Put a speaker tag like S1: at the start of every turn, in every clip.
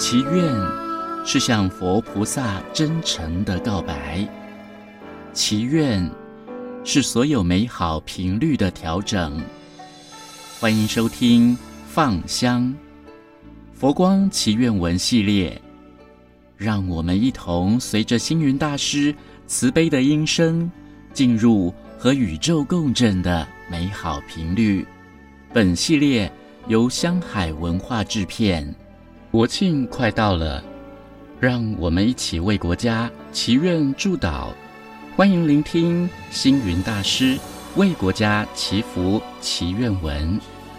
S1: 祈愿是向佛菩萨真诚的告白，祈愿是所有美好频率的调整。欢迎收听放香佛光祈愿文系列，让我们一同随着星云大师慈悲的音声，进入和宇宙共振的美好频率。本系列由香海文化制片。国庆快到了，让我们一起为国家祈愿祝祷。欢迎聆听星云大师为国家祈福祈愿文。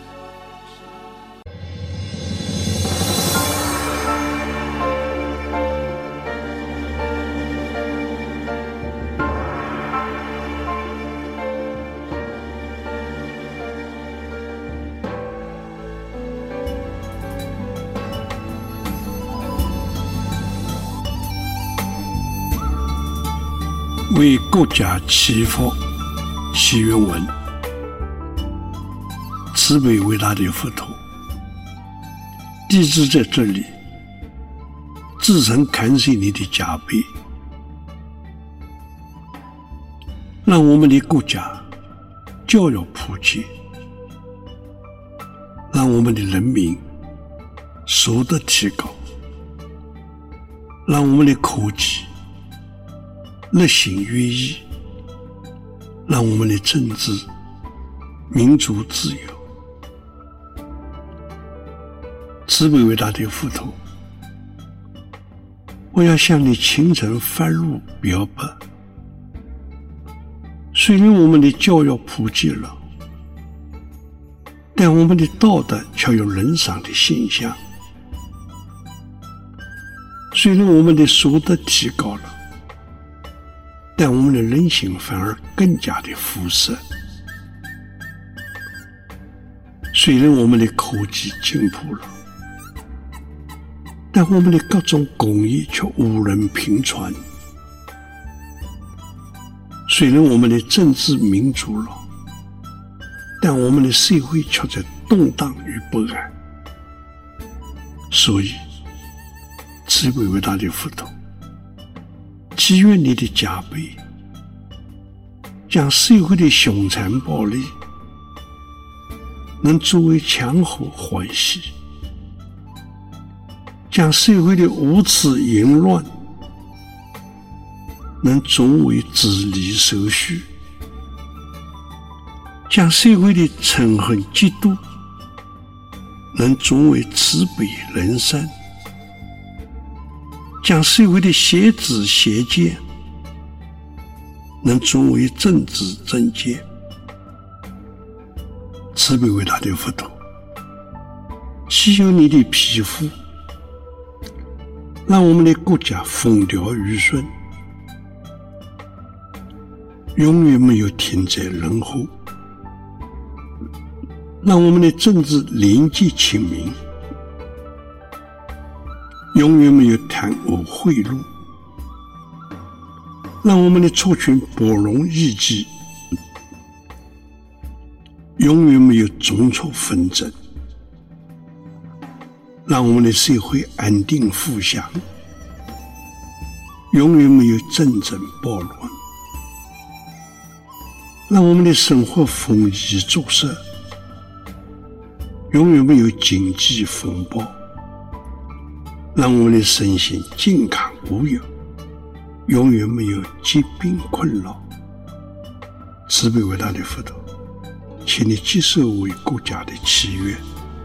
S2: 为国家祈福祈愿文。慈悲伟大的佛陀，弟子在这里至诚感谢你的加被，让我们的国家教育普及，让我们的人民素德提高，让我们的科技日新月异，让我们的政治民主自由。慈悲伟大的佛陀，我要向你虔诚发露表白。虽然我们的教育普及了，但我们的道德却有沦丧的现象。虽然我们的素德提高了，但我们的人性反而更加的腐蚀。虽然我们的科技进步了，但我们的各种工业却无人评传。虽然我们的政治民主了，但我们的社会却在动荡与不安。所以，慈悲伟大的佛陀，祈愿你的加被，将社会的凶残暴力能作为强和欢喜，将社会的无耻淫乱能作为治理手续，将社会的嗔恨嫉妒能作为慈悲仁善，将社会的邪知邪见能作为政治正见。慈悲伟大的佛陀，祈求你的庇护，让我们的国家风调雨顺，永远没有天灾人祸，让我们的政治廉洁清明，永远没有贪污贿赂，让我们的族群包容异己，永远没有种族纷争，让我们的社会安定富祥，永远没有战争暴乱，让我们的生活丰衣足食，永远没有经济风暴，让我们的身心健康无忧，永远没有疾病困扰。慈悲伟大的佛陀，请你接受为国家的祈愿。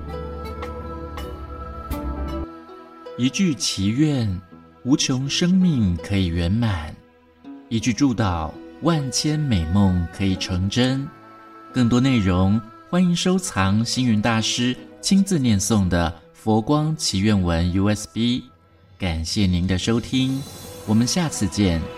S1: 一句祈愿，无穷生命可以圆满；一句祝祷，万千美梦可以成真。更多内容，欢迎收藏星云大师亲自念诵的佛光祈愿文 USB。感谢您的收听，我们下次见。